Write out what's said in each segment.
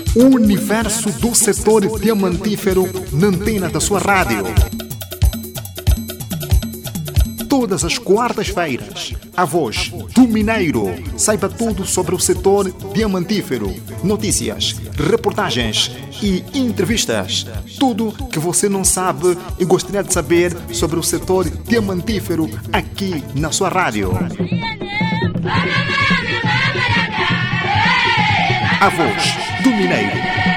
O universo do setor diamantífero na antena da sua rádio. Todas as quartas-feiras, a voz do mineiro. Saiba tudo sobre o setor diamantífero. Notícias, reportagens e entrevistas. Tudo que você não sabe e gostaria de saber sobre o setor diamantífero aqui na sua rádio. A voz do mineiro.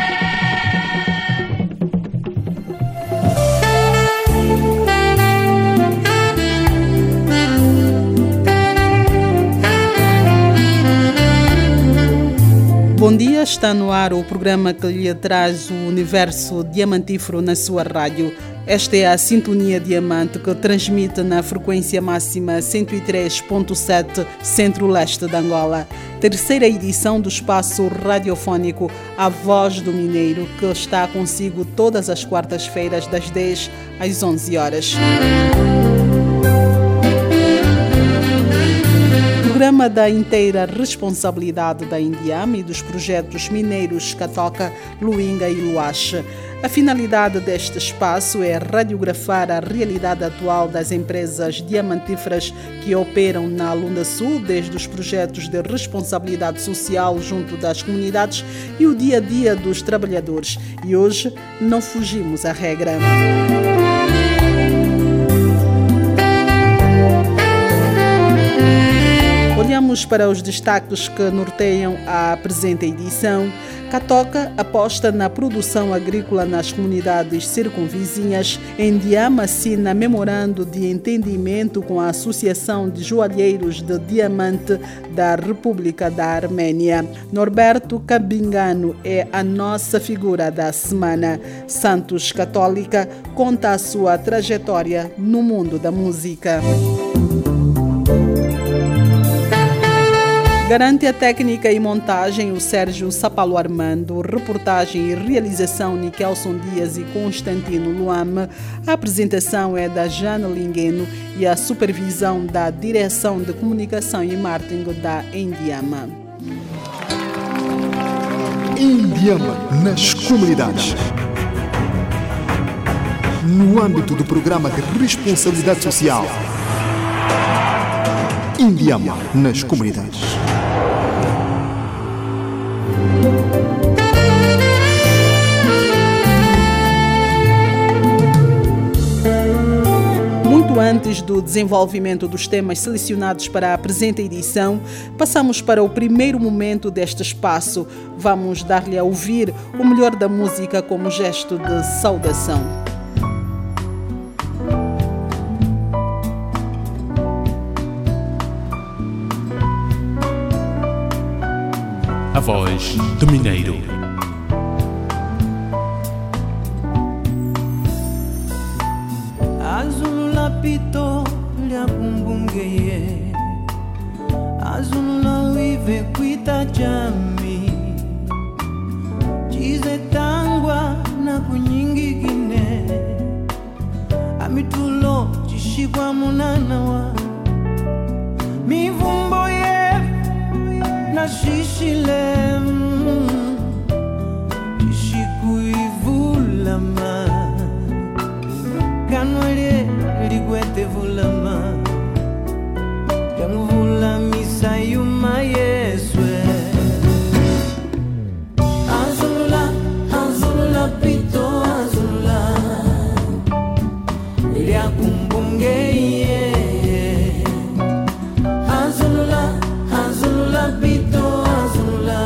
Bom dia, está no ar o programa que lhe traz o universo diamantífero na sua rádio. Esta é a Sintonia Diamante, que transmite na frequência máxima 103.7 Centro-Leste de Angola. Terceira edição do espaço radiofónico A Voz do Mineiro, que está consigo todas as quartas-feiras das 10 às 11 horas. Programa da inteira responsabilidade da Indiama e dos projetos mineiros Catoca, Luinga e Luache. A finalidade deste espaço é radiografar a realidade atual das empresas diamantíferas que operam na Lunda Sul, desde os projetos de responsabilidade social junto das comunidades e o dia a dia dos trabalhadores. E hoje não fugimos à regra. Olhamos para os destaques que norteiam a presente edição. Catoca aposta na produção agrícola nas comunidades circunvizinhas. Indiama assina memorando de entendimento com a Associação de Joalheiros de Diamante da República da Arménia. Norberto Cabingano é a nossa figura da semana. Santos Católica conta a sua trajetória no mundo da música. Garante a técnica e montagem o Sérgio Sapalo Armando, reportagem e realização Nikelson Dias e Constantino Luame. A apresentação é da Jana Lingueno e a supervisão da Direção de Comunicação e Marketing da Indiama. Indiama nas comunidades. No âmbito do programa de responsabilidade social. Indiama nas comunidades. Muito antes do desenvolvimento dos temas selecionados para a presente edição, passamos para o primeiro momento deste espaço. Vamos dar-lhe a ouvir o melhor da música como gesto de saudação. A Voz do Mineiro. Azul lapito lya kumbungeye, azul la uive kuita jami, jize tangwa na kunyingi gine, amitulo jishikwa munanawa, mivumbo ye na shishile, jishikuivulama. Kanwale ligwete vulama, jamu vulami sayuma yeswe. Azulula pito azulula, ilia kumbungeye. Azulula pito azulula,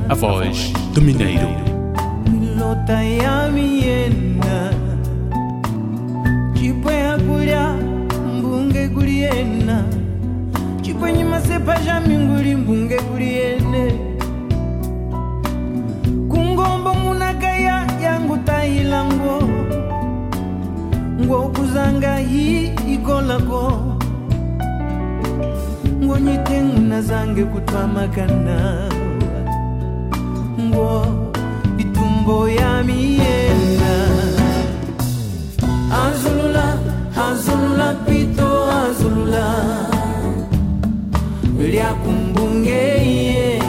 A voz do Mineiro. Lota ya miena Chipwe hakulia mbunge kuliena Chipwe nyima sepa jami nguli mbunge kuliene Kungombo munakaya yangu tahilango Ngo kuzanga hii ikolako Ngo nyitengu nazange kutwa makana Ngo itumbo ya miena Azulula, azulula pito azulula Lia kumbunge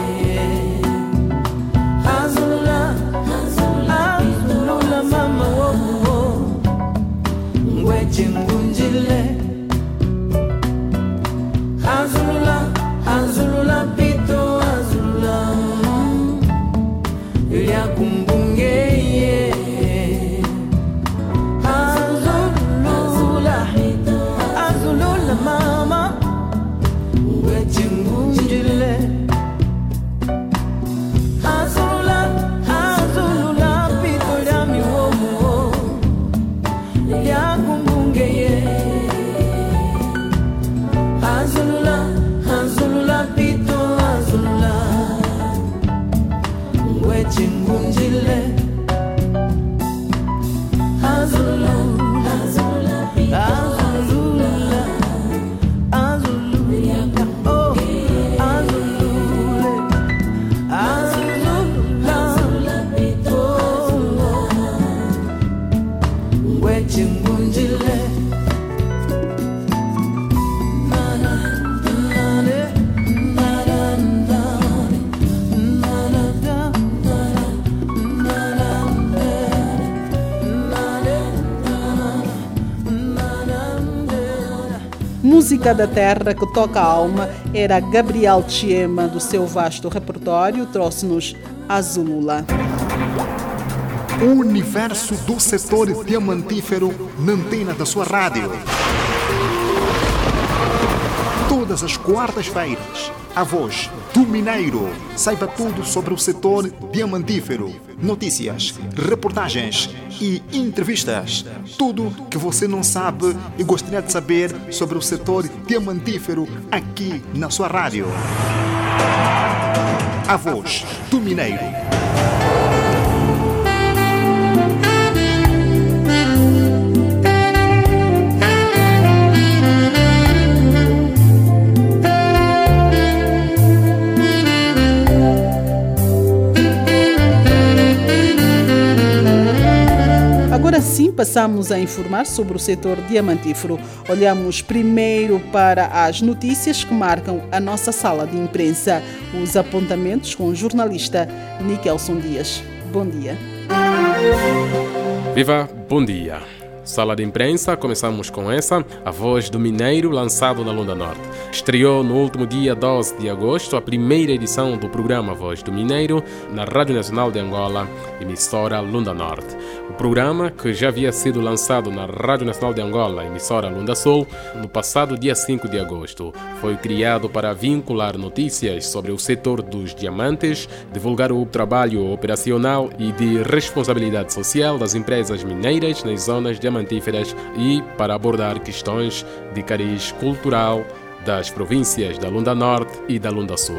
Azulula, azulula mama wokuo Ngweche ngunjile Azulula, azulula pito azulula Lia kumbunge Azulula mama Ngweche ngunjile Azulula, azulula pito lia miwomo Lia kumbunge Azulula, azulula pito azulula Ngweche ngunjile Azulula, azulula pito azulula Azulula, oh Azulula, azulula pito Ngweche ngunjile Música da terra que toca a alma era Gabriel Chiema, do seu vasto repertório, trouxe-nos Azulula. O universo do setor diamantífero na antena da sua rádio. Todas as quartas-feiras, a voz do Mineiro. Saiba tudo sobre o setor diamantífero. Notícias, reportagens e entrevistas. Tudo que você não sabe e gostaria de saber sobre o setor diamantífero aqui na sua rádio. A voz do Mineiro. Agora sim passamos a informar sobre o setor diamantífero. Olhamos primeiro para as notícias que marcam a nossa sala de imprensa. Os apontamentos com o jornalista Nikelson Dias. Bom dia. Viva, bom dia. Sala de imprensa, começamos com essa, A Voz do Mineiro, lançado na Lunda Norte. Estreou no último dia 12 de agosto a primeira edição do programa A Voz do Mineiro na Rádio Nacional de Angola, emissora Lunda Norte. O programa, que já havia sido lançado na Rádio Nacional de Angola, emissora Lunda Sul, no passado dia 5 de agosto, foi criado para vincular notícias sobre o setor dos diamantes, divulgar o trabalho operacional e de responsabilidade social das empresas mineiras nas zonas diamantíferas e para abordar questões de cariz cultural das províncias da Lunda Norte e da Lunda Sul.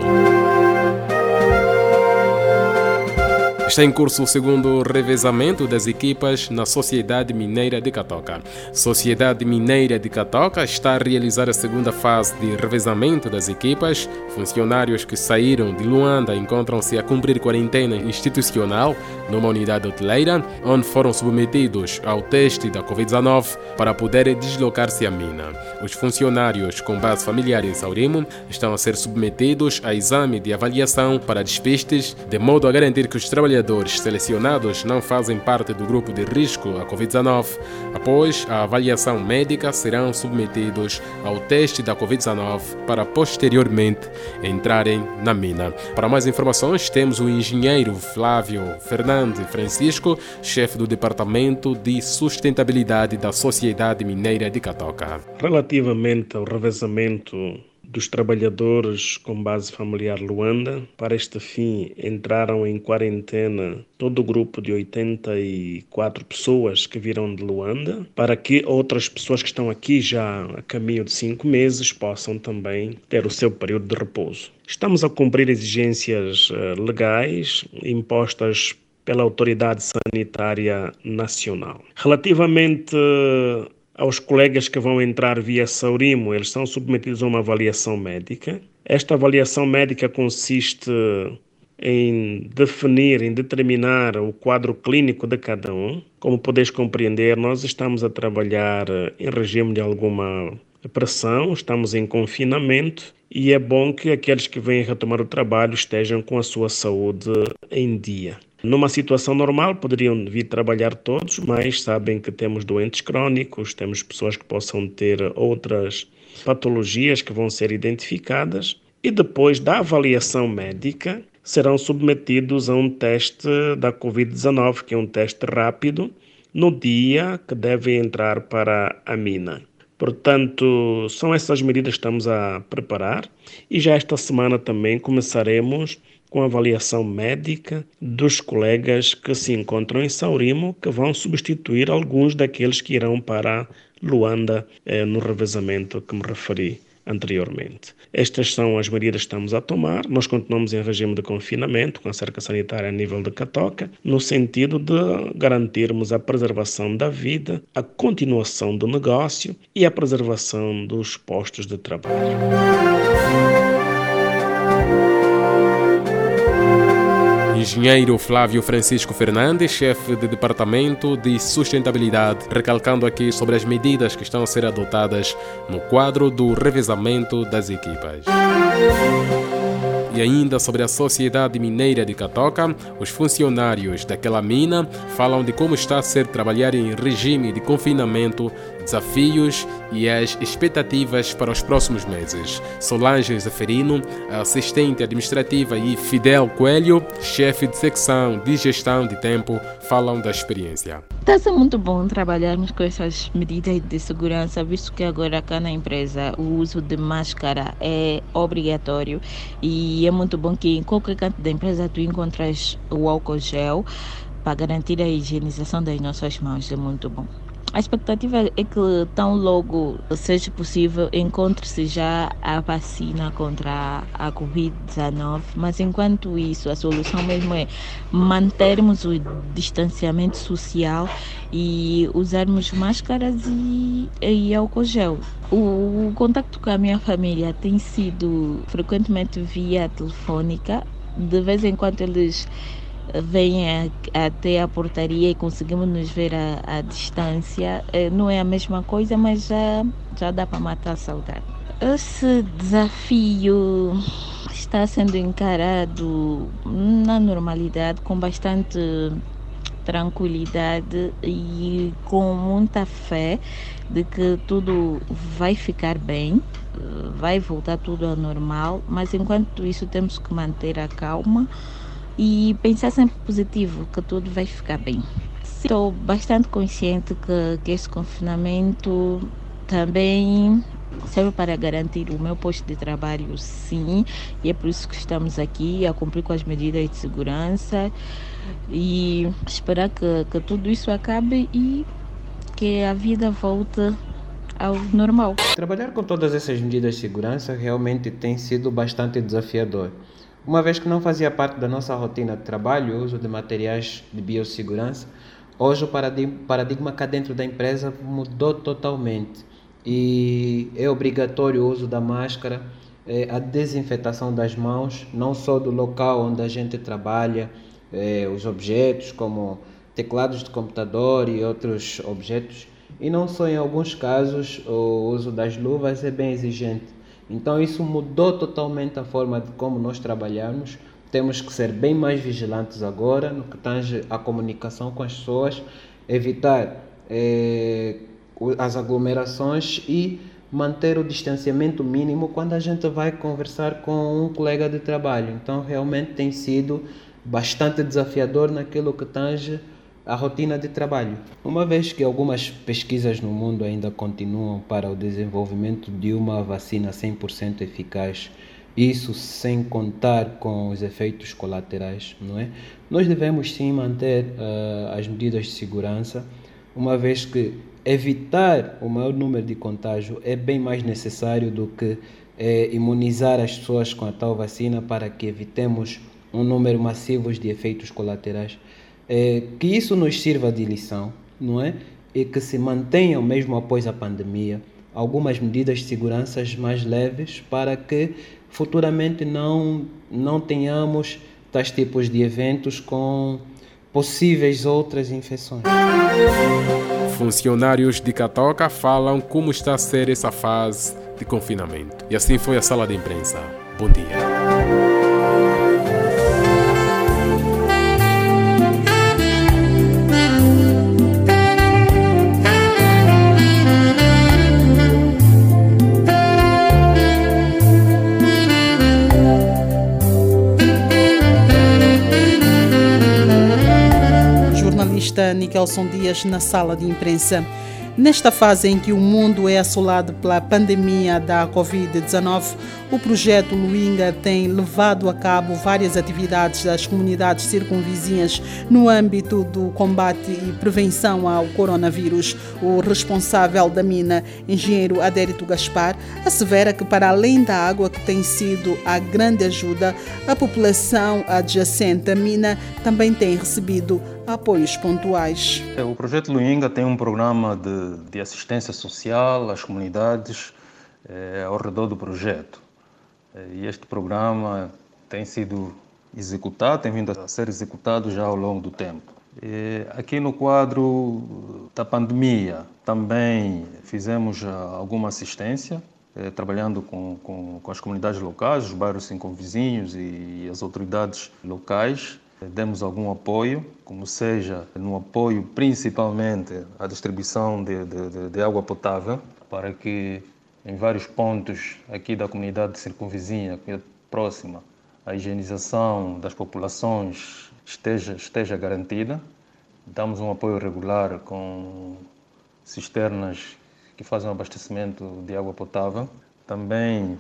Está em curso o segundo revezamento das equipas na Sociedade Mineira de Catoca. Sociedade Mineira de Catoca está a realizar a segunda fase de revezamento das equipas. Funcionários que saíram de Luanda encontram-se a cumprir quarentena institucional numa unidade hoteleira, onde foram submetidos ao teste da Covid-19 para poderem deslocar-se à mina. Os funcionários com base familiar em Saurimo estão a ser submetidos a exame de avaliação para despistes, de modo a garantir que os trabalhadores selecionados não fazem parte do grupo de risco à Covid-19. Após a avaliação médica, serão submetidos ao teste da Covid-19 para posteriormente entrarem na mina. Para mais informações, temos o engenheiro Flávio Fernandes Francisco, chefe do Departamento de Sustentabilidade da Sociedade Mineira de Catoca. Relativamente ao revezamento dos trabalhadores com base familiar Luanda. Para este fim, entraram em quarentena todo o grupo de 84 pessoas que viram de Luanda, para que outras pessoas que estão aqui já a caminho de 5 meses possam também ter o seu período de repouso. Estamos a cumprir exigências legais impostas pela Autoridade Sanitária Nacional. Relativamente aos colegas que vão entrar via Saurimo, eles são submetidos a uma avaliação médica. Esta avaliação médica consiste em determinar o quadro clínico de cada um. Como podeis compreender, nós estamos a trabalhar em regime de alguma pressão, estamos em confinamento e é bom que aqueles que vêm retomar o trabalho estejam com a sua saúde em dia. Numa situação normal, poderiam vir trabalhar todos, mas sabem que temos doentes crónicos, temos pessoas que possam ter outras patologias que vão ser identificadas e depois da avaliação médica serão submetidos a um teste da Covid-19, que é um teste rápido, no dia que devem entrar para a mina. Portanto, são essas medidas que estamos a preparar e já esta semana também começaremos com a avaliação médica dos colegas que se encontram em Saurimo, que vão substituir alguns daqueles que irão para Luanda no revezamento que me referi anteriormente. Estas são as medidas que estamos a tomar. Nós continuamos em regime de confinamento, com a cerca sanitária a nível de Catoca, no sentido de garantirmos a preservação da vida, a continuação do negócio e a preservação dos postos de trabalho. Engenheiro Flávio Francisco Fernandes, chefe de Departamento de Sustentabilidade, recalcando aqui sobre as medidas que estão a ser adotadas no quadro do revezamento das equipas. E ainda sobre a Sociedade Mineira de Catoca, os funcionários daquela mina falam de como está a ser trabalhar em regime de confinamento, desafios e as expectativas para os próximos meses. Solange Zeferino, assistente administrativa, e Fidel Coelho, chefe de secção de gestão de tempo, falam da experiência. Está a ser muito bom trabalharmos com essas medidas de segurança, visto que agora cá na empresa o uso de máscara é obrigatório e é muito bom que em qualquer canto da empresa tu encontras o álcool gel para garantir a higienização das nossas mãos. É muito bom. A expectativa é que tão logo seja possível encontre-se já a vacina contra a Covid-19, mas enquanto isso a solução mesmo é mantermos o distanciamento social e usarmos máscaras e álcool gel. O contato com a minha família tem sido frequentemente via telefônica. De vez em quando eles vêm até a portaria e conseguimos nos ver à distância. Não é a mesma coisa, mas já dá para matar a saudade. Esse desafio está sendo encarado na normalidade, com bastante tranquilidade e com muita fé de que tudo vai ficar bem, vai voltar tudo ao normal, mas enquanto isso temos que manter a calma e pensar sempre positivo, que tudo vai ficar bem. Estou bastante consciente que este confinamento também serve para garantir o meu posto de trabalho, sim, e é por isso que estamos aqui a cumprir com as medidas de segurança e esperar que tudo isso acabe e que a vida volte ao normal. Trabalhar com todas essas medidas de segurança realmente tem sido bastante desafiador. Uma vez que não fazia parte da nossa rotina de trabalho o uso de materiais de biossegurança, hoje o paradigma cá dentro da empresa mudou totalmente e é obrigatório o uso da máscara, a desinfetação das mãos, não só do local onde a gente trabalha, os objetos como teclados de computador e outros objetos, e não só em alguns casos o uso das luvas é bem exigente. Então isso mudou totalmente a forma de como nós trabalhamos. Temos que ser bem mais vigilantes agora no que tange a comunicação com as pessoas, evitar as aglomerações e manter o distanciamento mínimo quando a gente vai conversar com um colega de trabalho. Então realmente tem sido bastante desafiador naquilo que tange a rotina de trabalho. Uma vez que algumas pesquisas no mundo ainda continuam para o desenvolvimento de uma vacina 100% eficaz, isso sem contar com os efeitos colaterais, não é? Nós devemos sim manter as medidas de segurança, uma vez que evitar o maior número de contágio é bem mais necessário do que imunizar as pessoas com a tal vacina para que evitemos um número massivo de efeitos colaterais. Que isso nos sirva de lição, não é? E que se mantenham mesmo após a pandemia algumas medidas de segurança mais leves para que futuramente não tenhamos tais tipos de eventos com possíveis outras infecções. Funcionários de Catoca falam como está a ser essa fase de confinamento. E assim foi a sala de imprensa. Bom dia. Nikelson Dias na sala de imprensa. Nesta fase em que o mundo é assolado pela pandemia da Covid-19, o projeto Luinga tem levado a cabo várias atividades das comunidades circunvizinhas no âmbito do combate e prevenção ao coronavírus. O responsável da mina, engenheiro Adérito Gaspar, assevera que, para além da água que tem sido a grande ajuda, a população adjacente à mina também tem recebido apoios pontuais. O projeto Luinga tem um programa de assistência social às comunidades ao redor do projeto. E este programa tem sido executado, tem vindo a ser executado já ao longo do tempo. Aqui no quadro da pandemia também fizemos alguma assistência, trabalhando com as comunidades locais, os bairros circunvizinhos e as autoridades locais. Demos algum apoio, como seja no apoio principalmente à distribuição de água potável, para que em vários pontos aqui da comunidade circunvizinha, próxima, a higienização das populações esteja garantida. Damos um apoio regular com cisternas que fazem o abastecimento de água potável. Também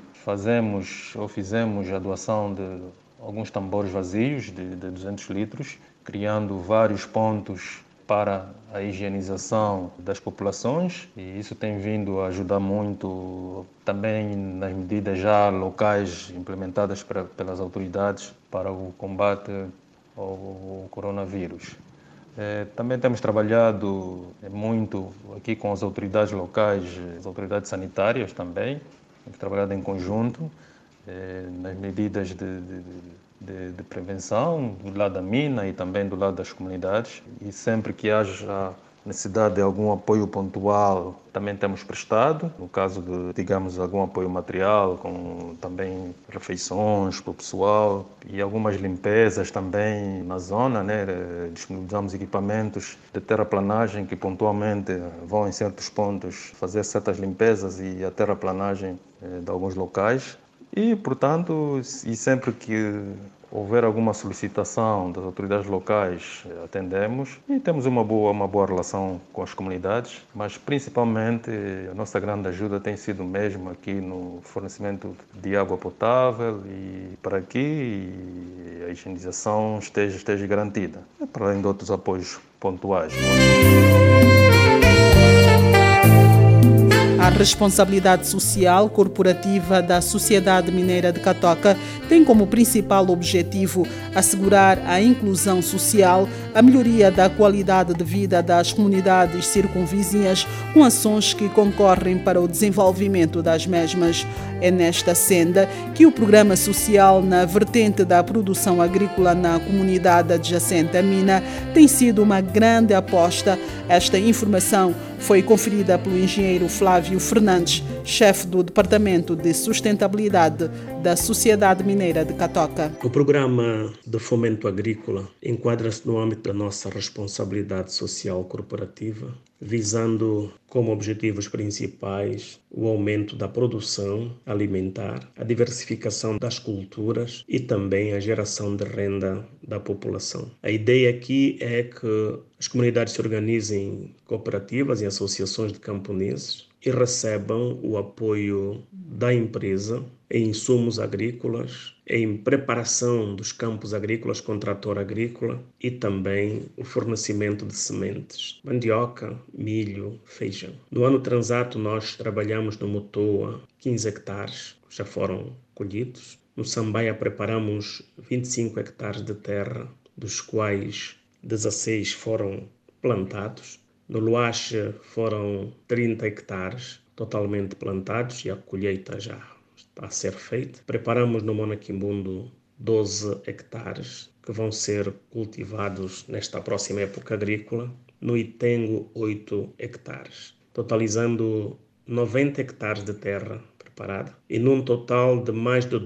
fizemos a doação de alguns tambores vazios de 200 litros, criando vários pontos para a higienização das populações, e isso tem vindo a ajudar muito também nas medidas já locais implementadas pelas autoridades para o combate ao coronavírus. Também temos trabalhado muito aqui com as autoridades locais, as autoridades sanitárias também, temos trabalhado em conjunto nas medidas de prevenção do lado da mina e também do lado das comunidades, e sempre que haja necessidade de algum apoio pontual também temos prestado, no caso de, digamos, algum apoio material, com também refeições para o pessoal e algumas limpezas também na zona, né? Disponibilizamos equipamentos de terraplanagem que pontualmente vão em certos pontos fazer certas limpezas e a terraplanagem de alguns locais. E, portanto, e sempre que houver alguma solicitação das autoridades locais, atendemos e temos uma boa relação com as comunidades, mas principalmente a nossa grande ajuda tem sido mesmo aqui no fornecimento de água potável e para que a higienização esteja garantida, para além de outros apoios pontuais. A responsabilidade social corporativa da Sociedade Mineira de Catoca tem como principal objetivo assegurar a inclusão social, a melhoria da qualidade de vida das comunidades circunvizinhas, com ações que concorrem para o desenvolvimento das mesmas. É nesta senda que o programa social na vertente da produção agrícola na comunidade adjacente à mina tem sido uma grande aposta. Esta informação foi conferida pelo engenheiro Flávio Fernandes, chefe do Departamento de Sustentabilidade da Sociedade Mineira de Catoca. O programa de fomento agrícola enquadra-se no âmbito da nossa responsabilidade social corporativa, visando como objetivos principais o aumento da produção alimentar, a diversificação das culturas e também a geração de renda da população. A ideia aqui é que as comunidades se organizem em cooperativas e associações de camponeses e recebam o apoio da empresa em insumos agrícolas, em preparação dos campos agrícolas com trator agrícola e também o fornecimento de sementes, mandioca, milho, feijão. No ano transato nós trabalhamos no Motoa 15 hectares, já foram colhidos. No Sambaia preparamos 25 hectares de terra, dos quais 16 foram plantados. No Luache foram 30 hectares totalmente plantados e a colheita já está a ser feita. Preparamos no Monaquimbundo 12 hectares que vão ser cultivados nesta próxima época agrícola. No Itengo, 8 hectares, totalizando 90 hectares de terra preparada e num total de mais de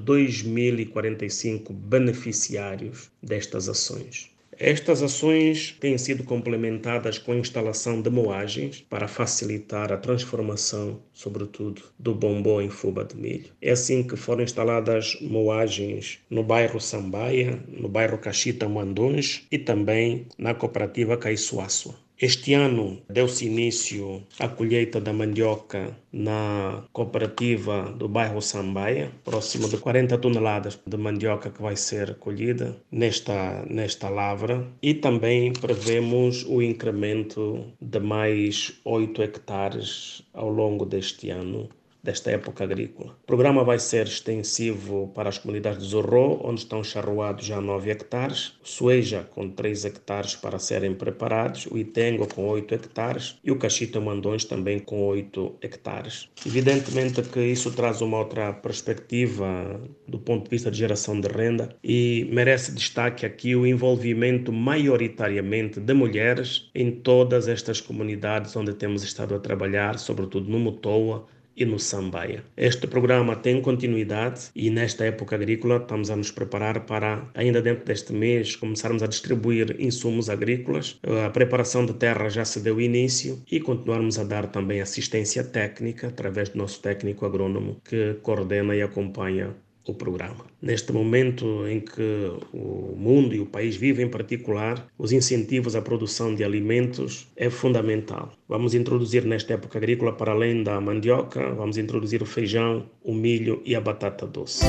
2.045 beneficiários destas ações. Estas ações têm sido complementadas com a instalação de moagens para facilitar a transformação, sobretudo, do bombom em fuba de milho. É assim que foram instaladas moagens no bairro Sambaia, no bairro Caxita Mandões e também na cooperativa Caiçuaçua. Este ano deu-se início à colheita da mandioca na cooperativa do bairro Sambaia, próximo de 40 toneladas de mandioca que vai ser colhida nesta lavra, e também prevemos o incremento de mais 8 hectares ao longo deste ano, desta época agrícola. O programa vai ser extensivo para as comunidades de Zorro, onde estão charruados já 9 hectares, Sueja com 3 hectares para serem preparados, o Itengo com 8 hectares e o Caxita Mandões também com 8 hectares. Evidentemente que isso traz uma outra perspectiva do ponto de vista de geração de renda e merece destaque aqui o envolvimento maioritariamente de mulheres em todas estas comunidades onde temos estado a trabalhar, sobretudo no Motoa e no Sambaia. Este programa tem continuidade e nesta época agrícola estamos a nos preparar para, ainda dentro deste mês, começarmos a distribuir insumos agrícolas. A preparação de terra já se deu início e continuarmos a dar também assistência técnica através do nosso técnico agrônomo que coordena e acompanha o programa. Neste momento em que o mundo e o país vivem em particular, os incentivos à produção de alimentos é fundamental. Vamos introduzir nesta época agrícola, para além da mandioca, vamos introduzir o feijão, o milho e a batata doce.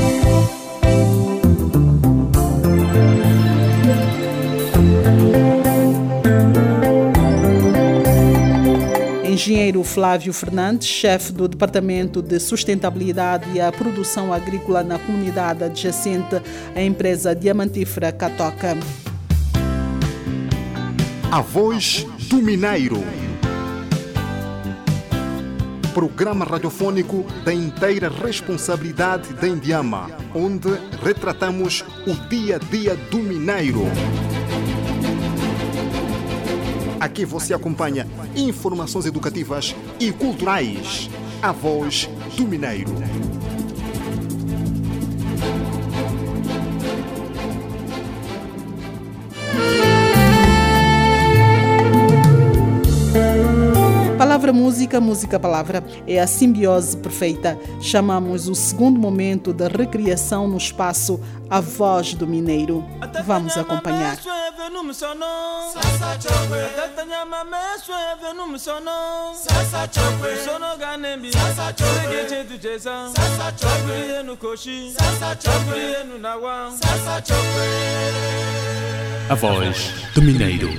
Engenheiro Flávio Fernandes, chefe do Departamento de Sustentabilidade e a Produção Agrícola na comunidade adjacente à empresa diamantífera Catoca. A Voz do Mineiro. Programa radiofônico da inteira responsabilidade da Indiama, onde retratamos o dia a dia do mineiro. Aqui você acompanha informações educativas e culturais. A Voz do Mineiro. Palavra música, música palavra. É a simbiose perfeita. Chamamos o segundo momento da recriação no espaço A Voz do Mineiro. Vamos acompanhar. A Voz do Mineiro.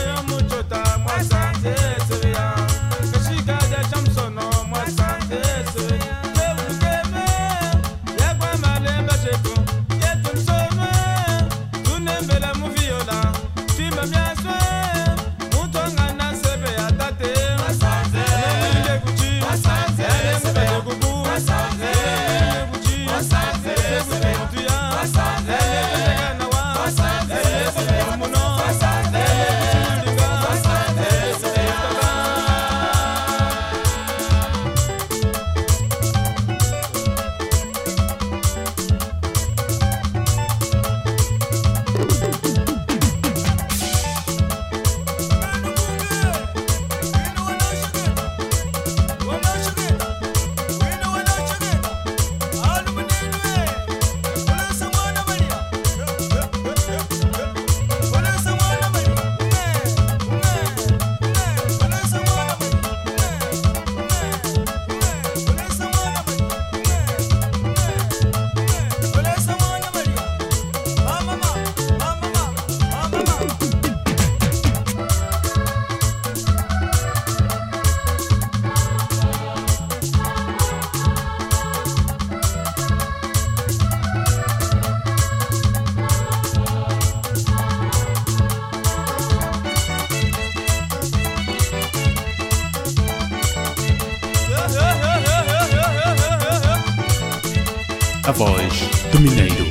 A voz do Mineiro.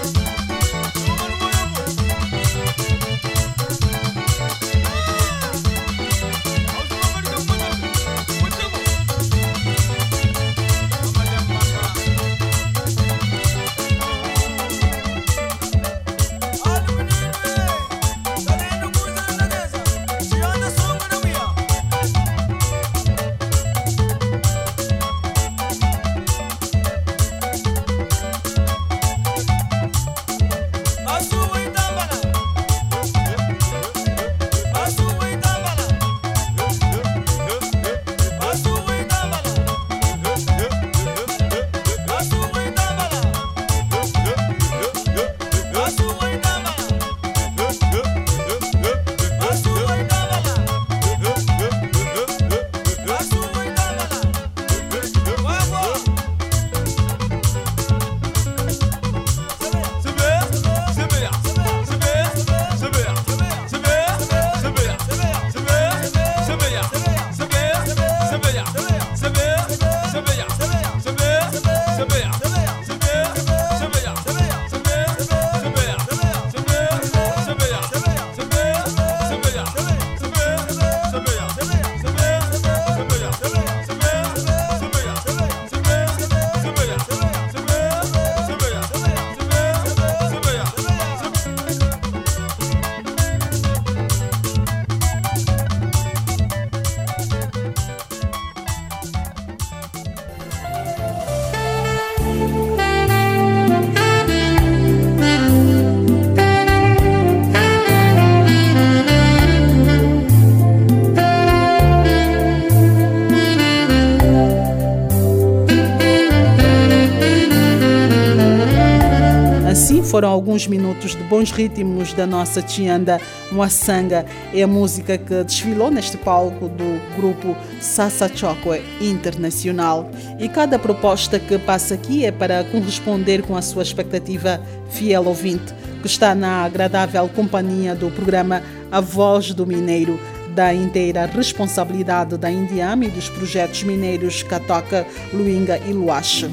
Foram alguns minutos de bons ritmos da nossa Tianda Moaçanga. É a música que desfilou neste palco do grupo Sassa Chokwe Internacional. E cada proposta que passa aqui é para corresponder com a sua expectativa, fiel ouvinte, que está na agradável companhia do programa A Voz do Mineiro, da inteira responsabilidade da Indiama e dos projetos mineiros Katoka, Luinga e Luache.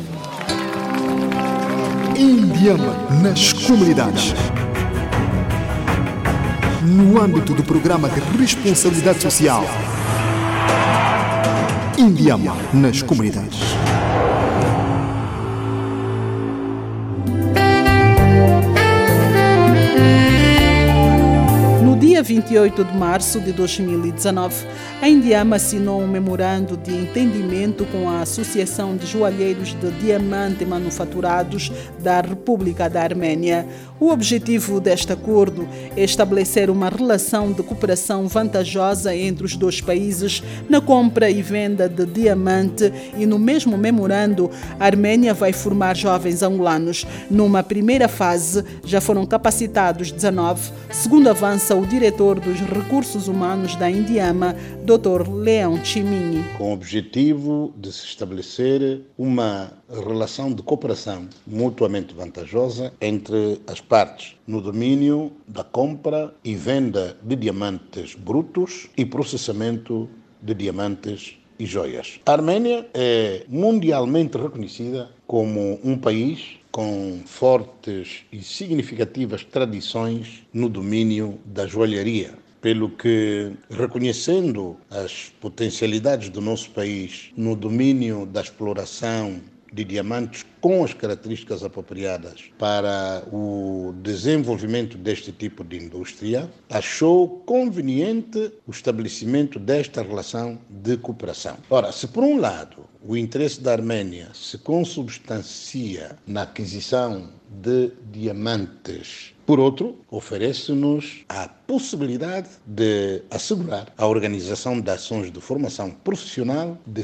Indiama nas comunidades. No âmbito do programa de responsabilidade social. Indiama nas comunidades. No dia 28 de março de 2019, a Indiama assinou um memorando de entendimento com a Associação de Joalheiros de Diamante Manufaturados da República da Arménia. O objetivo deste acordo é estabelecer uma relação de cooperação vantajosa entre os dois países na compra e venda de diamante e no mesmo memorando a Arménia vai formar jovens angolanos. Numa primeira fase já foram capacitados 19, segundo avança o diretor diretor dos Recursos Humanos da Indiama, Dr. Leão Chiminyi. Com o objetivo de se estabelecer uma relação de cooperação mutuamente vantajosa entre as partes no domínio da compra e venda de diamantes brutos e processamento de diamantes e joias. A Arménia é mundialmente reconhecida como um país com fortes e significativas tradições no domínio da joalharia, pelo que, reconhecendo as potencialidades do nosso país no domínio da exploração de diamantes com as características apropriadas para o desenvolvimento deste tipo de indústria, achou conveniente o estabelecimento desta relação de cooperação. Ora, se por um lado o interesse da Arménia se consubstancia na aquisição de diamantes, por outro, oferece-nos a possibilidade de assegurar a organização de ações de formação profissional de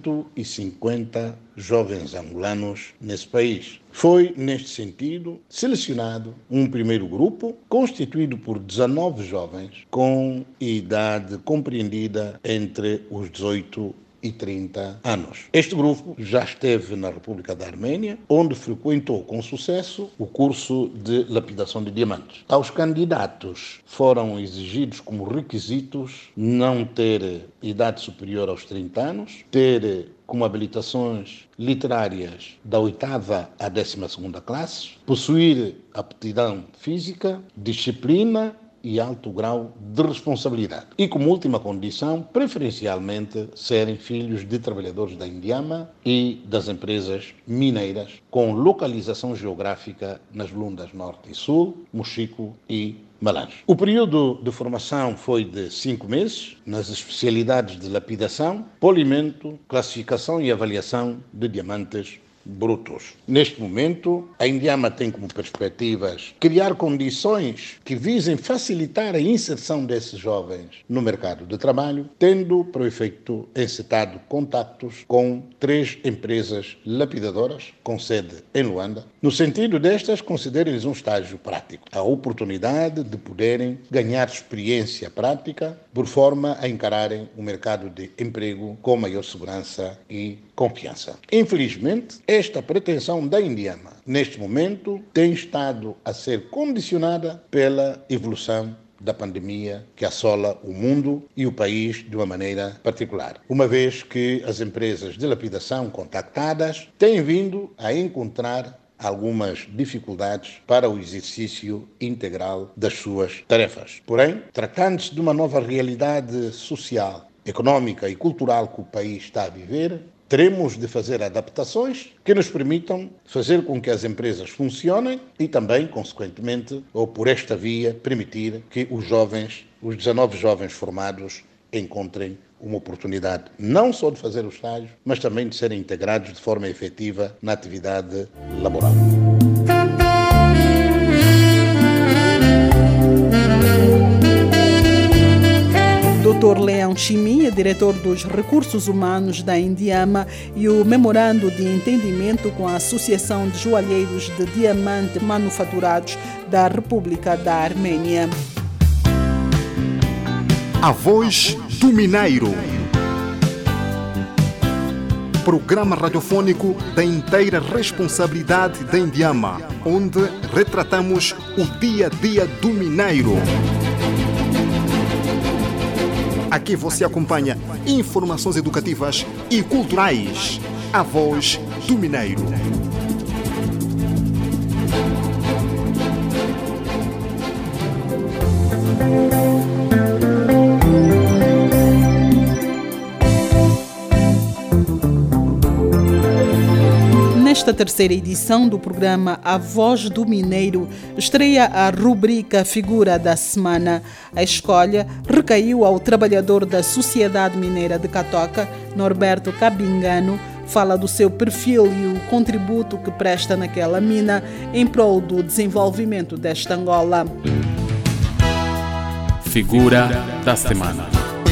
150 jovens angolanos nesse país. Foi, neste sentido, selecionado um primeiro grupo constituído por 19 jovens com idade compreendida entre os 18 e 30 anos. Este grupo já esteve na República da Arménia, onde frequentou com sucesso o curso de lapidação de diamantes. Aos candidatos foram exigidos como requisitos não ter idade superior aos 30 anos, ter como habilitações literárias da 8ª à 12ª classe, possuir aptidão física, disciplina e alto grau de responsabilidade. E como última condição, preferencialmente, serem filhos de trabalhadores da Indiama e das empresas mineiras, com localização geográfica nas Lundas Norte e Sul, Mochico e Malange. O período de formação foi de 5 meses, nas especialidades de lapidação, polimento, classificação e avaliação de diamantes brutos. Neste momento, a Indiama tem como perspectivas criar condições que visem facilitar a inserção desses jovens no mercado de trabalho, tendo para o efeito encetado contactos com 3 empresas lapidadoras com sede em Luanda, no sentido destas concederem-lhes um estágio prático, a oportunidade de poderem ganhar experiência prática por forma a encararem o mercado de emprego com maior segurança e confiança. Infelizmente, esta pretensão da Indiama, neste momento, tem estado a ser condicionada pela evolução da pandemia que assola o mundo e o país de uma maneira particular, uma vez que as empresas de lapidação contactadas têm vindo a encontrar algumas dificuldades para o exercício integral das suas tarefas. Porém, tratando-se de uma nova realidade social, econômica e cultural que o país está a viver, teremos de fazer adaptações que nos permitam fazer com que as empresas funcionem e também, consequentemente, ou por esta via, permitir que os 19 jovens formados encontrem uma oportunidade não só de fazer o estágio, mas também de serem integrados de forma efetiva na atividade laboral. Dr. Leão Chiminyi, diretor dos Recursos Humanos da Indiama, e o memorando de entendimento com a Associação de Joalheiros de Diamante Manufaturados da República da Arménia. A Voz do Mineiro. Programa radiofônico da inteira responsabilidade da Indiama, onde retratamos o dia a dia do mineiro. Aqui você acompanha informações educativas e culturais. A Voz do Mineiro. Nesta terceira edição do programa A Voz do Mineiro, estreia a rubrica Figura da Semana. A escolha recaiu ao trabalhador da Sociedade Mineira de Catoca, Norberto Cabingano. Fala do seu perfil e o contributo que presta naquela mina em prol do desenvolvimento desta Angola. Figura da Semana.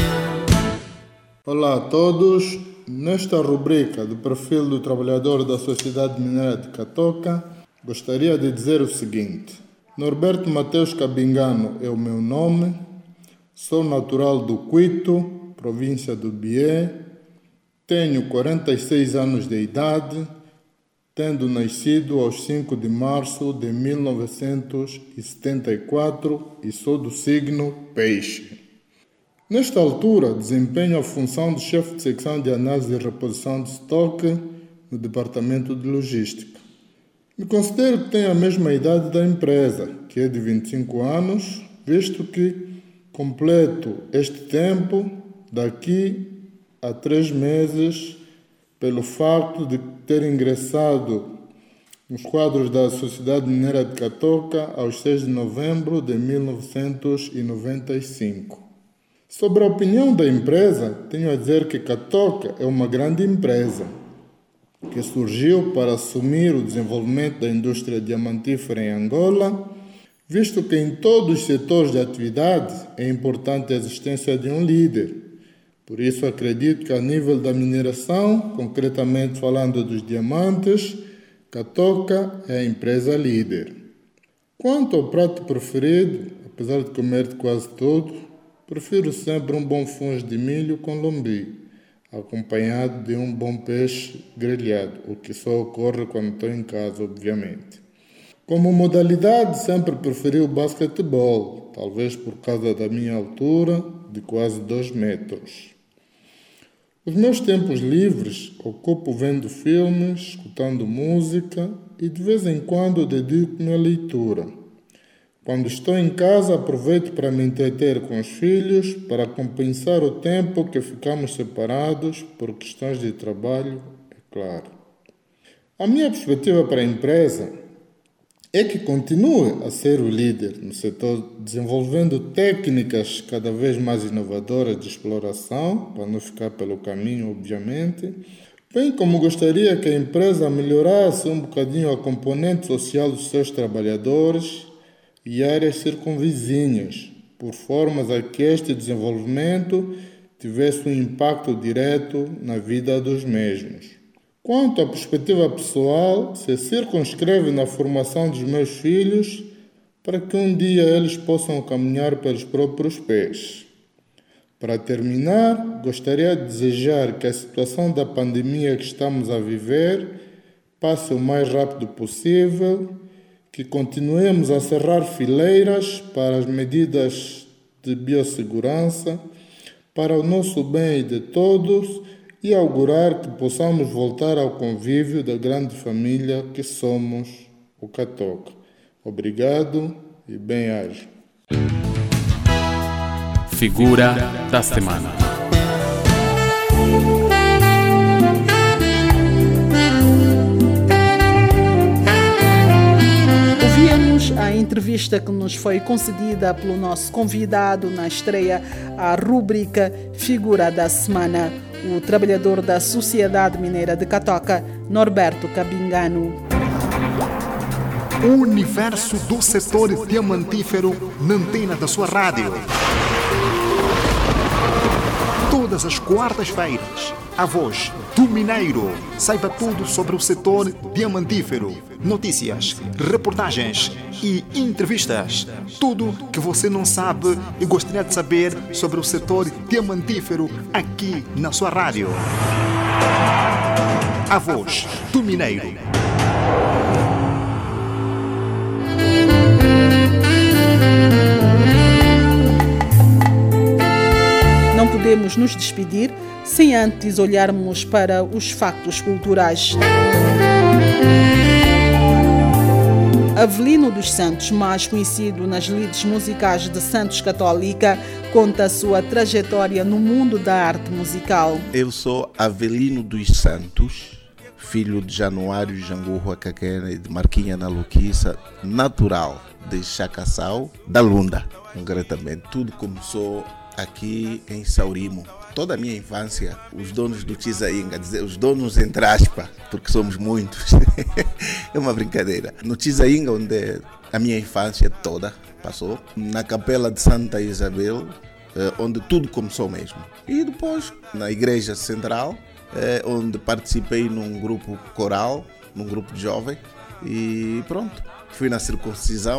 Olá a todos. Nesta rubrica do perfil do trabalhador da Sociedade Mineira de Catoca, gostaria de dizer o seguinte: Norberto Mateus Cabingano é o meu nome, Sou natural do Quito, província do Bié. Tenho 46 anos de idade, tendo nascido aos 5 de março de 1974 e sou do signo Peixe. Nesta altura, desempenho a função de chefe de secção de análise e reposição de estoque no Departamento de Logística. Me considero que tenho a mesma idade da empresa, que é de 25 anos, visto que completo este tempo daqui a 3 meses, pelo facto de ter ingressado nos quadros da Sociedade Mineira de Catoca aos 6 de novembro de 1995. Sobre a opinião da empresa, tenho a dizer que Catoca é uma grande empresa que surgiu para assumir o desenvolvimento da indústria diamantífera em Angola, visto que em todos os setores de atividade é importante a existência de um líder. Por isso acredito que a nível da mineração, concretamente falando dos diamantes, Catoca é a empresa líder. Quanto ao prato preferido, apesar de comer de quase tudo, prefiro sempre um bom fungo de milho com lombi, acompanhado de um bom peixe grelhado, o que só ocorre quando estou em casa, obviamente. Como modalidade, sempre preferi o basquetebol, talvez por causa da minha altura, de quase 2 metros. Os meus tempos livres ocupo vendo filmes, escutando música e de vez em quando dedico-me à leitura. Quando estou em casa, aproveito para me entreter com os filhos, para compensar o tempo que ficamos separados por questões de trabalho, é claro. A minha perspectiva para a empresa é que continue a ser o líder no setor, desenvolvendo técnicas cada vez mais inovadoras de exploração, para não ficar pelo caminho, obviamente, bem como gostaria que a empresa melhorasse um bocadinho a componente social dos seus trabalhadores e áreas circunvizinhas, por formas a que este desenvolvimento tivesse um impacto direto na vida dos mesmos. Quanto à perspectiva pessoal, se circunscreve na formação dos meus filhos para que um dia eles possam caminhar pelos próprios pés. Para terminar, gostaria de desejar que a situação da pandemia que estamos a viver passe o mais rápido possível, que continuemos a cerrar fileiras para as medidas de biossegurança, para o nosso bem e de todos, e augurar que possamos voltar ao convívio da grande família que somos o Catoca. Obrigado e bem-aja. Figura da semana. Ouvimos a entrevista que nos foi concedida pelo nosso convidado na estreia à rúbrica Figura da Semana, o trabalhador da Sociedade Mineira de Catoca, Norberto Cabingano. O universo do setor diamantífero na antena da sua rádio. Todas as quartas-feiras, a voz do mineiro. Saiba tudo sobre o setor diamantífero. Notícias, reportagens e entrevistas. Tudo que você não sabe e gostaria de saber sobre o setor diamantífero aqui na sua rádio. A voz do mineiro. Não podemos nos despedir sem antes olharmos para os factos culturais. Avelino dos Santos, mais conhecido nas lides musicais de Santos Católica, conta a sua trajetória no mundo da arte musical. Eu sou Avelino dos Santos, filho de Januário Jangurro Acaquena e de Marquinha na Luquiça, natural de Chacaçau, da Lunda, concretamente. Tudo começou aqui em Saurimo. Toda a minha infância, os donos do Tizainga, dizer os donos entre aspas, porque somos muitos, é uma brincadeira. No Tizainga, onde a minha infância toda passou, na capela de Santa Isabel, onde tudo começou mesmo. E depois, na igreja central, onde participei num grupo coral, num grupo de jovens, e pronto. Fui na circuncisão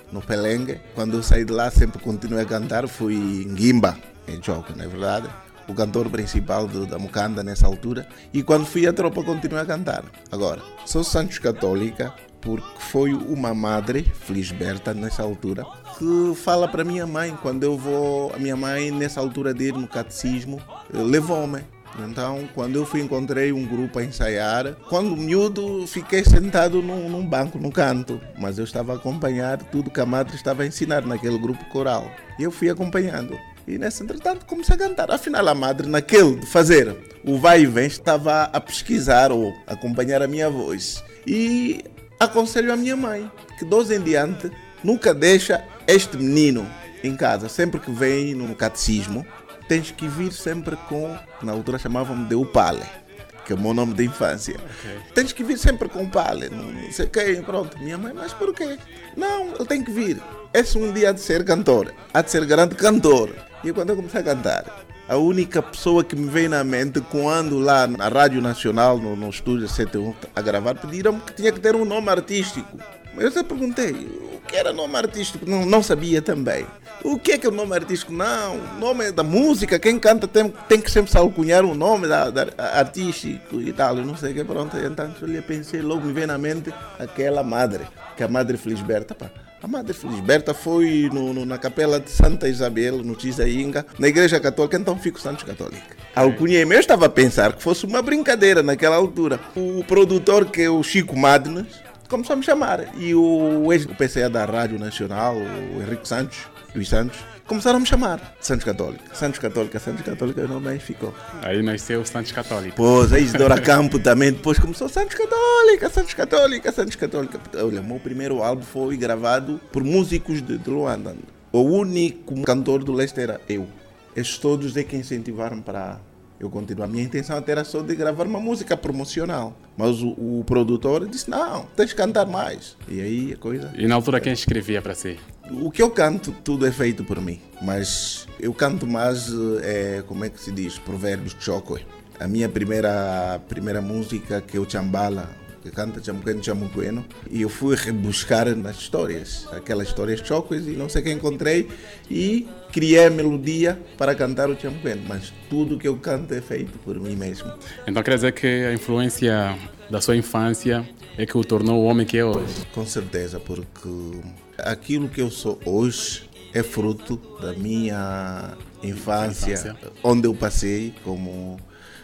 no Pelengue. Quando eu saí de lá, sempre continuei a cantar. Fui em Guimba, em Choco, não é verdade? O cantor principal da Mukanda nessa altura. E quando fui à tropa, continuei a cantar. Agora, sou Santos Católica porque foi uma madre, Felisberta, nessa altura, que fala para minha mãe, quando eu vou, a minha mãe, nessa altura de ir no catecismo, levou-me. Então, quando eu encontrei um grupo a ensaiar, quando miúdo, fiquei sentado num banco, no canto, mas eu estava a acompanhar tudo que a madre estava a ensinar naquele grupo coral. E eu fui acompanhando. E nesse entretanto comecei a cantar. Afinal, a madre, naquele de fazer o vai e vem, estava a pesquisar ou acompanhar a minha voz. E aconselho a minha mãe que, de hoje em diante, nunca deixa este menino em casa. Sempre que vem no catecismo, tens que vir sempre com, na altura chamavam-me de Upale, que é o meu nome de infância. Okay. Tens que vir sempre com Upale, não sei quem, pronto. Minha mãe, mas por quê? Não, ele tem que vir. Esse um dia há de ser cantor, há de ser grande cantor. E quando eu comecei a cantar, a única pessoa que me veio na mente, quando lá na Rádio Nacional, no estúdio 71, a gravar, pediram-me que tinha que ter um nome artístico. Eu até perguntei, o que era nome artístico? Não sabia também. O que é o nome artístico? Não, o nome da música, quem canta tem que sempre se alcunhar o nome da artístico e tal, eu não sei o que, pronto. Então eu pensei, logo me veio na mente aquela madre, que é a Madre Felisberta, pá. A Madre Felisberta foi na capela de Santa Isabel, no Tizainga, na Igreja Católica, então fico Santos Católica. Alcunhei-me, eu estava a pensar que fosse uma brincadeira naquela altura. O produtor, que é o Chico Madnes, começou a me chamar. E o ex-PCA da Rádio Nacional, o Henrique Santos, Luís Santos, começaram a me chamar Santos Católica. Santos Católica, Santos Católica, o nome aí ficou. Aí nasceu Santos Católica. Pois, a Isidora Campo também depois começou Santos Católica, Santos Católica, Santos Católica. Olha, o meu primeiro álbum foi gravado por músicos de Luanda. O único cantor do leste era eu. Estes todos é que incentivaram para eu continuar. A minha intenção até era só de gravar uma música promocional. Mas o produtor disse, não, tens que cantar mais. E aí a coisa... E na altura quem escrevia para si? O que eu canto, tudo é feito por mim. Mas eu canto mais, como é que se diz, provérbios de Choco. A minha primeira música, que é o Chambala, que canta Chamuqueno, Chamuqueno, e eu fui rebuscar nas histórias, aquelas histórias chocos, e não sei o que encontrei, e criei a melodia para cantar o Chamuqueno, mas tudo que eu canto é feito por mim mesmo. Então quer dizer que a influência da sua infância é que o tornou o homem que é hoje? Com certeza, porque aquilo que eu sou hoje é fruto da minha infância, onde eu passei, como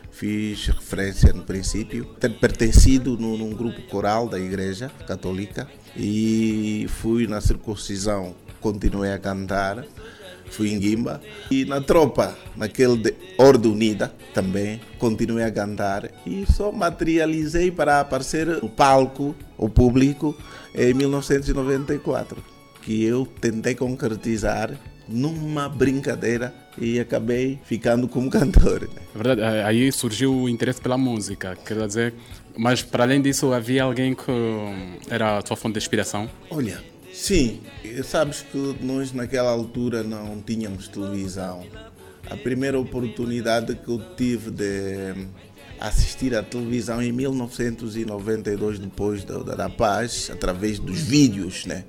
fiz referência no princípio, ter pertencido num grupo coral da Igreja Católica, e fui na circuncisão, continuei a cantar, fui em Guimba, e na tropa, naquele de Ordem Unida, também continuei a cantar, e só materializei para aparecer no palco, o público, em 1994, que eu tentei concretizar numa brincadeira e acabei ficando como cantor. É verdade, aí surgiu o interesse pela música, quer dizer, mas para além disso havia alguém que era a sua fonte de inspiração? Olha, sim, sabes que nós naquela altura não tínhamos televisão. A primeira oportunidade que eu tive de assistir à televisão em 1992, depois da Paz, através dos vídeos, né?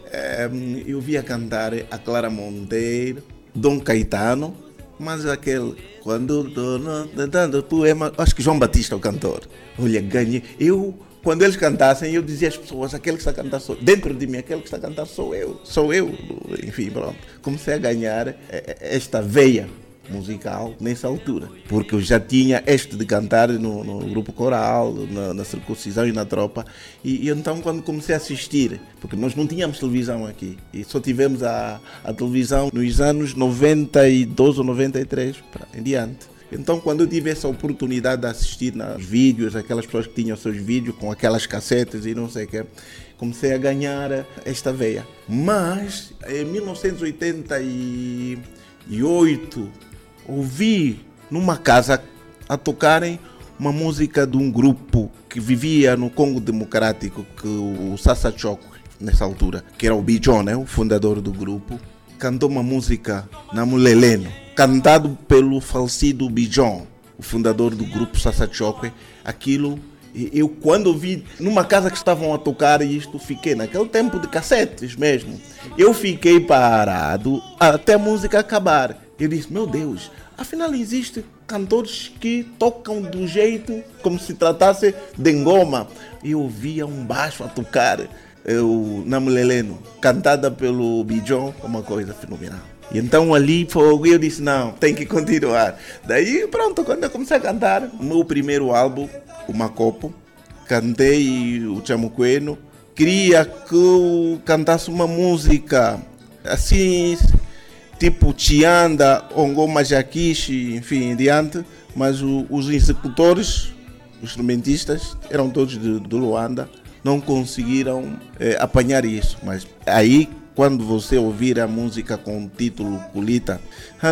Eu via cantar a Clara Monteiro, Dom Caetano, mas aquele, quando dando poema, acho que João Batista, o cantor. Olha, ganhei. Quando eles cantassem, eu dizia às pessoas, aquele que está a cantar sou eu. Dentro de mim, aquele que está a cantar sou eu. Enfim, pronto. Comecei a ganhar esta veia musical nessa altura, porque eu já tinha de cantar no grupo coral, na circuncisão e na tropa, e então quando comecei a assistir, porque nós não tínhamos televisão aqui, e só tivemos a televisão nos anos 92 ou 93 em diante. Então, quando eu tive essa oportunidade de assistir nos vídeos, aquelas pessoas que tinham seus vídeos com aquelas cassetes e não sei o que, comecei a ganhar esta veia. Mas, em 1988, ouvi numa casa a tocarem uma música de um grupo que vivia no Congo Democrático, que o Sassa Choco, nessa altura, que era o Bijon, né, o fundador do grupo, cantou uma música na Muleleno, cantado pelo falecido Bijon, o fundador do grupo Sassa Choco. Aquilo Eu, quando vi numa casa que estavam a tocar isto, fiquei naquele tempo de cassetes mesmo. Eu fiquei parado até a música acabar. Eu disse, meu Deus, afinal existem cantores que tocam do jeito como se tratasse de ngoma. Eu ouvia um baixo a tocar, o Namuleleno, cantada pelo Bijon, uma coisa fenomenal. E então ali eu disse, não, tem que continuar. Daí pronto, quando eu comecei a cantar, o meu primeiro álbum, o Macopo, cantei o Chamuqueno, queria que eu cantasse uma música assim, tipo Chianda, Ongoma Jaquiche, enfim, adiante, mas os executores, os instrumentistas, eram todos de Luanda, não conseguiram apanhar isso, mas aí, quando você ouvir a música com o título Culita,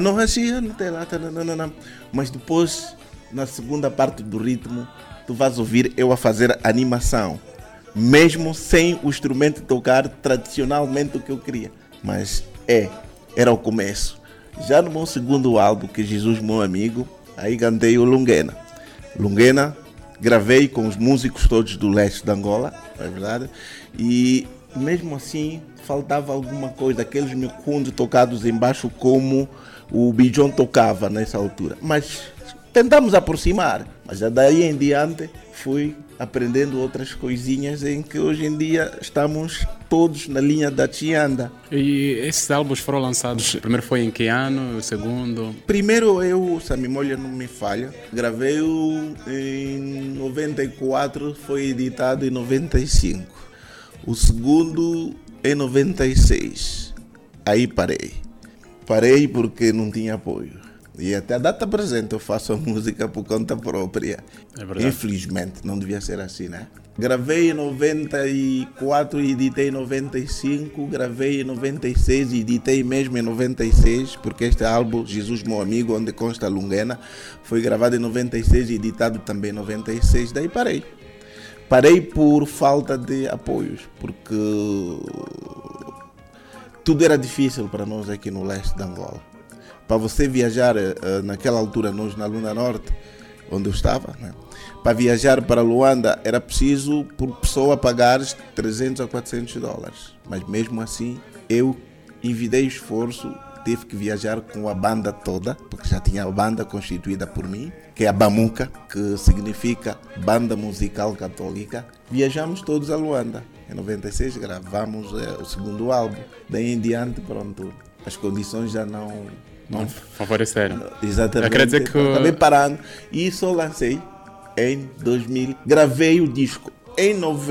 mas depois, na segunda parte do ritmo, tu vais ouvir eu a fazer animação, mesmo sem o instrumento tocar tradicionalmente o que eu queria. Mas era o começo. Já no meu segundo álbum, que é Jesus Meu Amigo, aí cantei o Lunguena. Lunguena, gravei com os músicos todos do leste de Angola, é verdade, e mesmo assim faltava alguma coisa, aqueles micundos tocados embaixo como o Bijon tocava nessa altura, mas tentamos aproximar, mas já daí em diante fui aprendendo outras coisinhas em que hoje em dia estamos todos na linha da Chianda. E esses álbuns foram lançados, o primeiro foi em que ano, o segundo? Primeiro eu, se a memória não me falha, gravei-o em 94, foi editado em 95. O segundo em 96. Aí parei porque não tinha apoio. E até a data presente eu faço a música por conta própria. É verdade. Infelizmente, não devia ser assim, né? Gravei em 94 e editei em 95. Gravei em 96 e editei mesmo em 96, porque este álbum, Jesus Meu Amigo, onde consta a Lunguena, foi gravado em 96 e editado também em 96. Daí parei. Parei por falta de apoios, porque tudo era difícil para nós aqui no leste de Angola. Para você viajar, naquela altura, nós na Lunda Norte, onde eu estava, né? Para viajar para Luanda era preciso por pessoa pagar 300 a 400 dólares. Mas mesmo assim, eu envidei esforço, tive que viajar com a banda toda, porque já tinha a banda constituída por mim, que é a Bamuca, que significa Banda Musical Católica. Viajamos todos a Luanda. Em 96 gravamos o segundo álbum. Daí em diante, pronto, as condições já não favoreceram. Exatamente. Quer dizer que acabei parando e só lancei em 2000. Gravei o disco em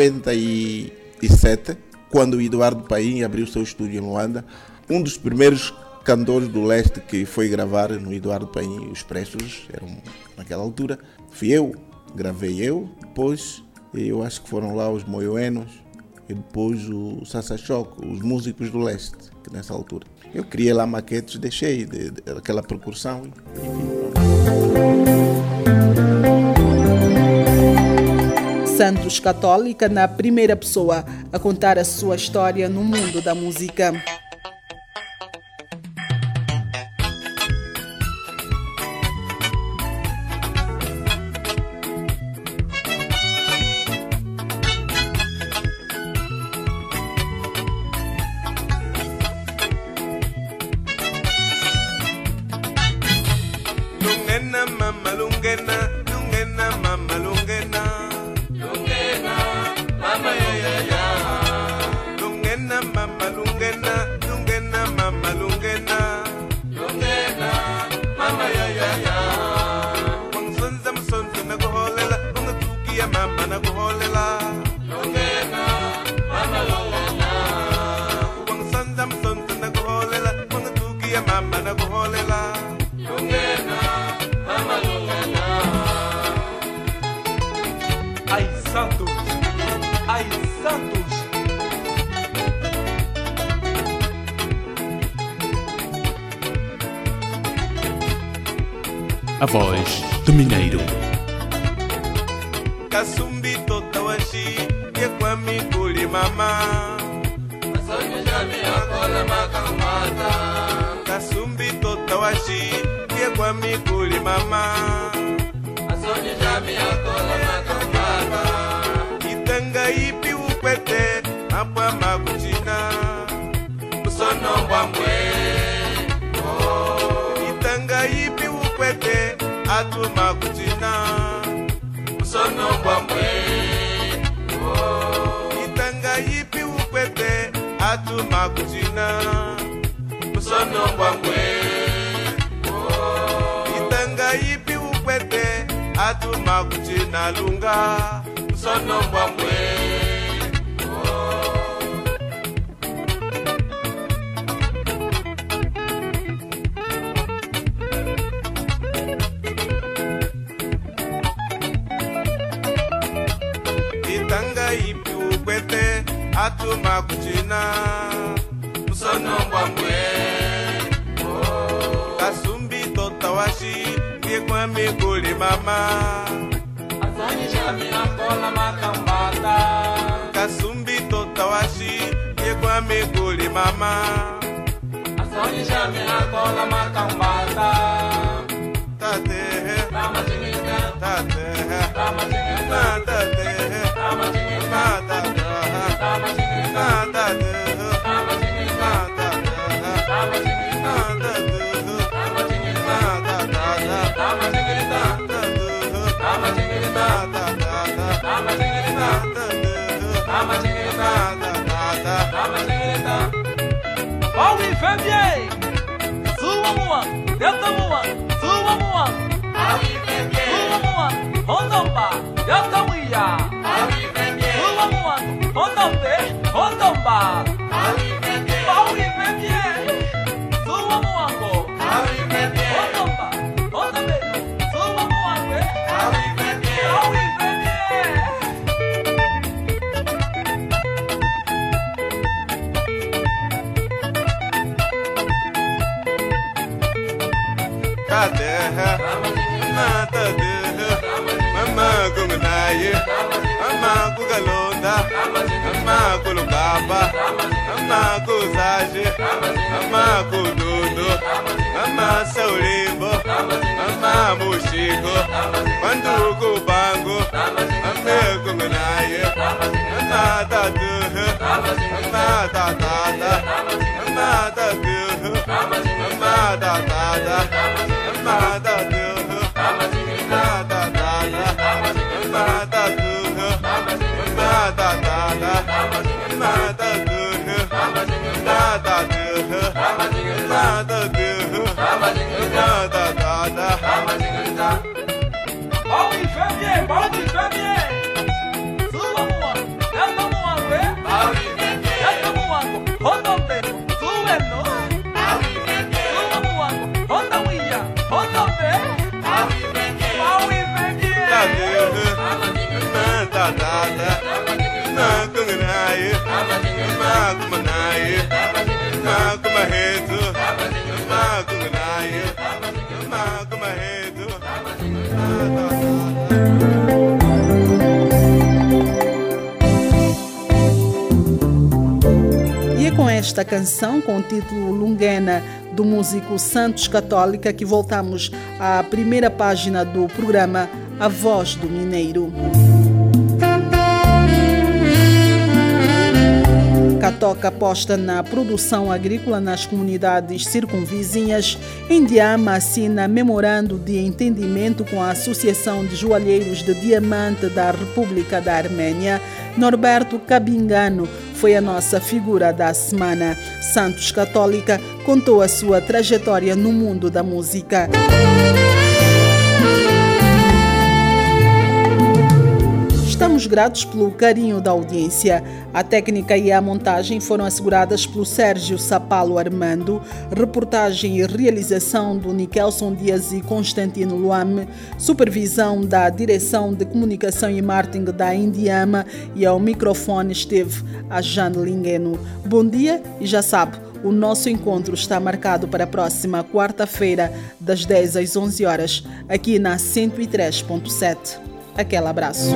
97, quando o Eduardo Paim abriu seu estúdio em Luanda. Um dos primeiros cantores do leste que foi gravar no Eduardo Paim, os Pressos, eram naquela altura. Fui eu, gravei eu, depois eu acho que foram lá os Moioenos e depois o Sassachoco, os músicos do leste, que nessa altura. Eu criei lá maquetes, deixei aquela percussão. Santos Católica, na primeira pessoa a contar a sua história no mundo da música. A voz do Mineiro. Kasumbi totawashi ye kwami kuli mama. Asonye jami akola makamata. Kasumbi totawashi ye kwami kuli mama. Asonye jami akola makamata. Itanga ipi ukwete Mapwa makuchina Musono wamwe Itanga ipi ukwete Atu makuchina Musono wamwe Itanga ipi ukwete Atu makuchina Musono wamwe Itanga ipi ukwete Atu makuchina lunga Musono wamwe Itanga ipi ukwete Atu makuchina Musono wamwe Kasumbi totawashi Ndiye kwa miguli mama Asani shami akola makambata Kasumbi totawashi Ndiye kwa miguli mama Asani shami akola makambata Tatehe Tama chingita Tatehe Tama chingita Tatehe Tama chingita Tatehe Tama chingita Tatehe Tama chingita Tatehe Tama chingita Tatehe Tama chingita Tatehe Tama chingita Tatehe Tama chingita Tatehe Tama chingita Tatehe Tama chingita Tatehe Tama chingita Oh oui, fais bien Suwa mua Delta mua Suwa mua Ah oui, fais bien Suwa mua Hondomba Delta muya Ah oui, fais bien Suwa mua Hondombe Hondomba Ah oui, fais bien Ah oui, fais bien Suwa mua go Ah oui, fais bien Hondomba Hondombe Suwa mua go Ah oui, fais bien Ah oui, fais bien Tatehe, Matatehe, Mama Gumanaye, Mama Kugalonda, Mama Kulukaba, Mama Kuzaje, Mama Kududu, Mama Saulimbo, Mama Mushiko, Manduku Bango, Mama Gumanaye, Mama Tatehe, Mama Tatata, Mama Tatehe, Mama Tatata, E é com esta canção, com o título Lunguena, do músico Santos Católica, que voltamos à primeira página do programa A Voz do Mineiro. Catoca aposta na produção agrícola nas comunidades circunvizinhas. Indiama assina memorando de entendimento com a Associação de Joalheiros de Diamante da República da Arménia. Norberto Cabingano foi a nossa figura da semana. Santos Católica contou a sua trajetória no mundo da música. Estamos gratos pelo carinho da audiência. A técnica e a montagem foram asseguradas pelo Sérgio Sapalo Armando, reportagem e realização do Nikelson Dias e Constantino Luame, supervisão da Direção de Comunicação e Marketing da Indiama, e ao microfone esteve a Jane Lingueno. Bom dia e já sabe, o nosso encontro está marcado para a próxima quarta-feira, das 10 às 11 horas, aqui na 103.7. Aquele abraço.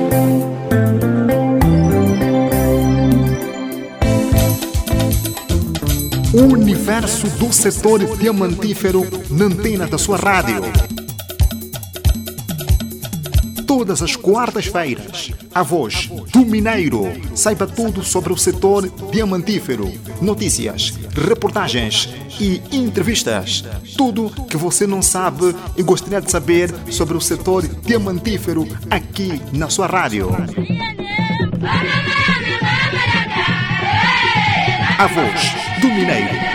O universo do setor diamantífero na antena da sua rádio. todas as quartas-feiras. A Voz do Mineiro. Saiba tudo sobre o setor diamantífero. Notícias, reportagens e entrevistas. Tudo que você não sabe e gostaria de saber sobre o setor diamantífero aqui na sua rádio. A Voz do Mineiro.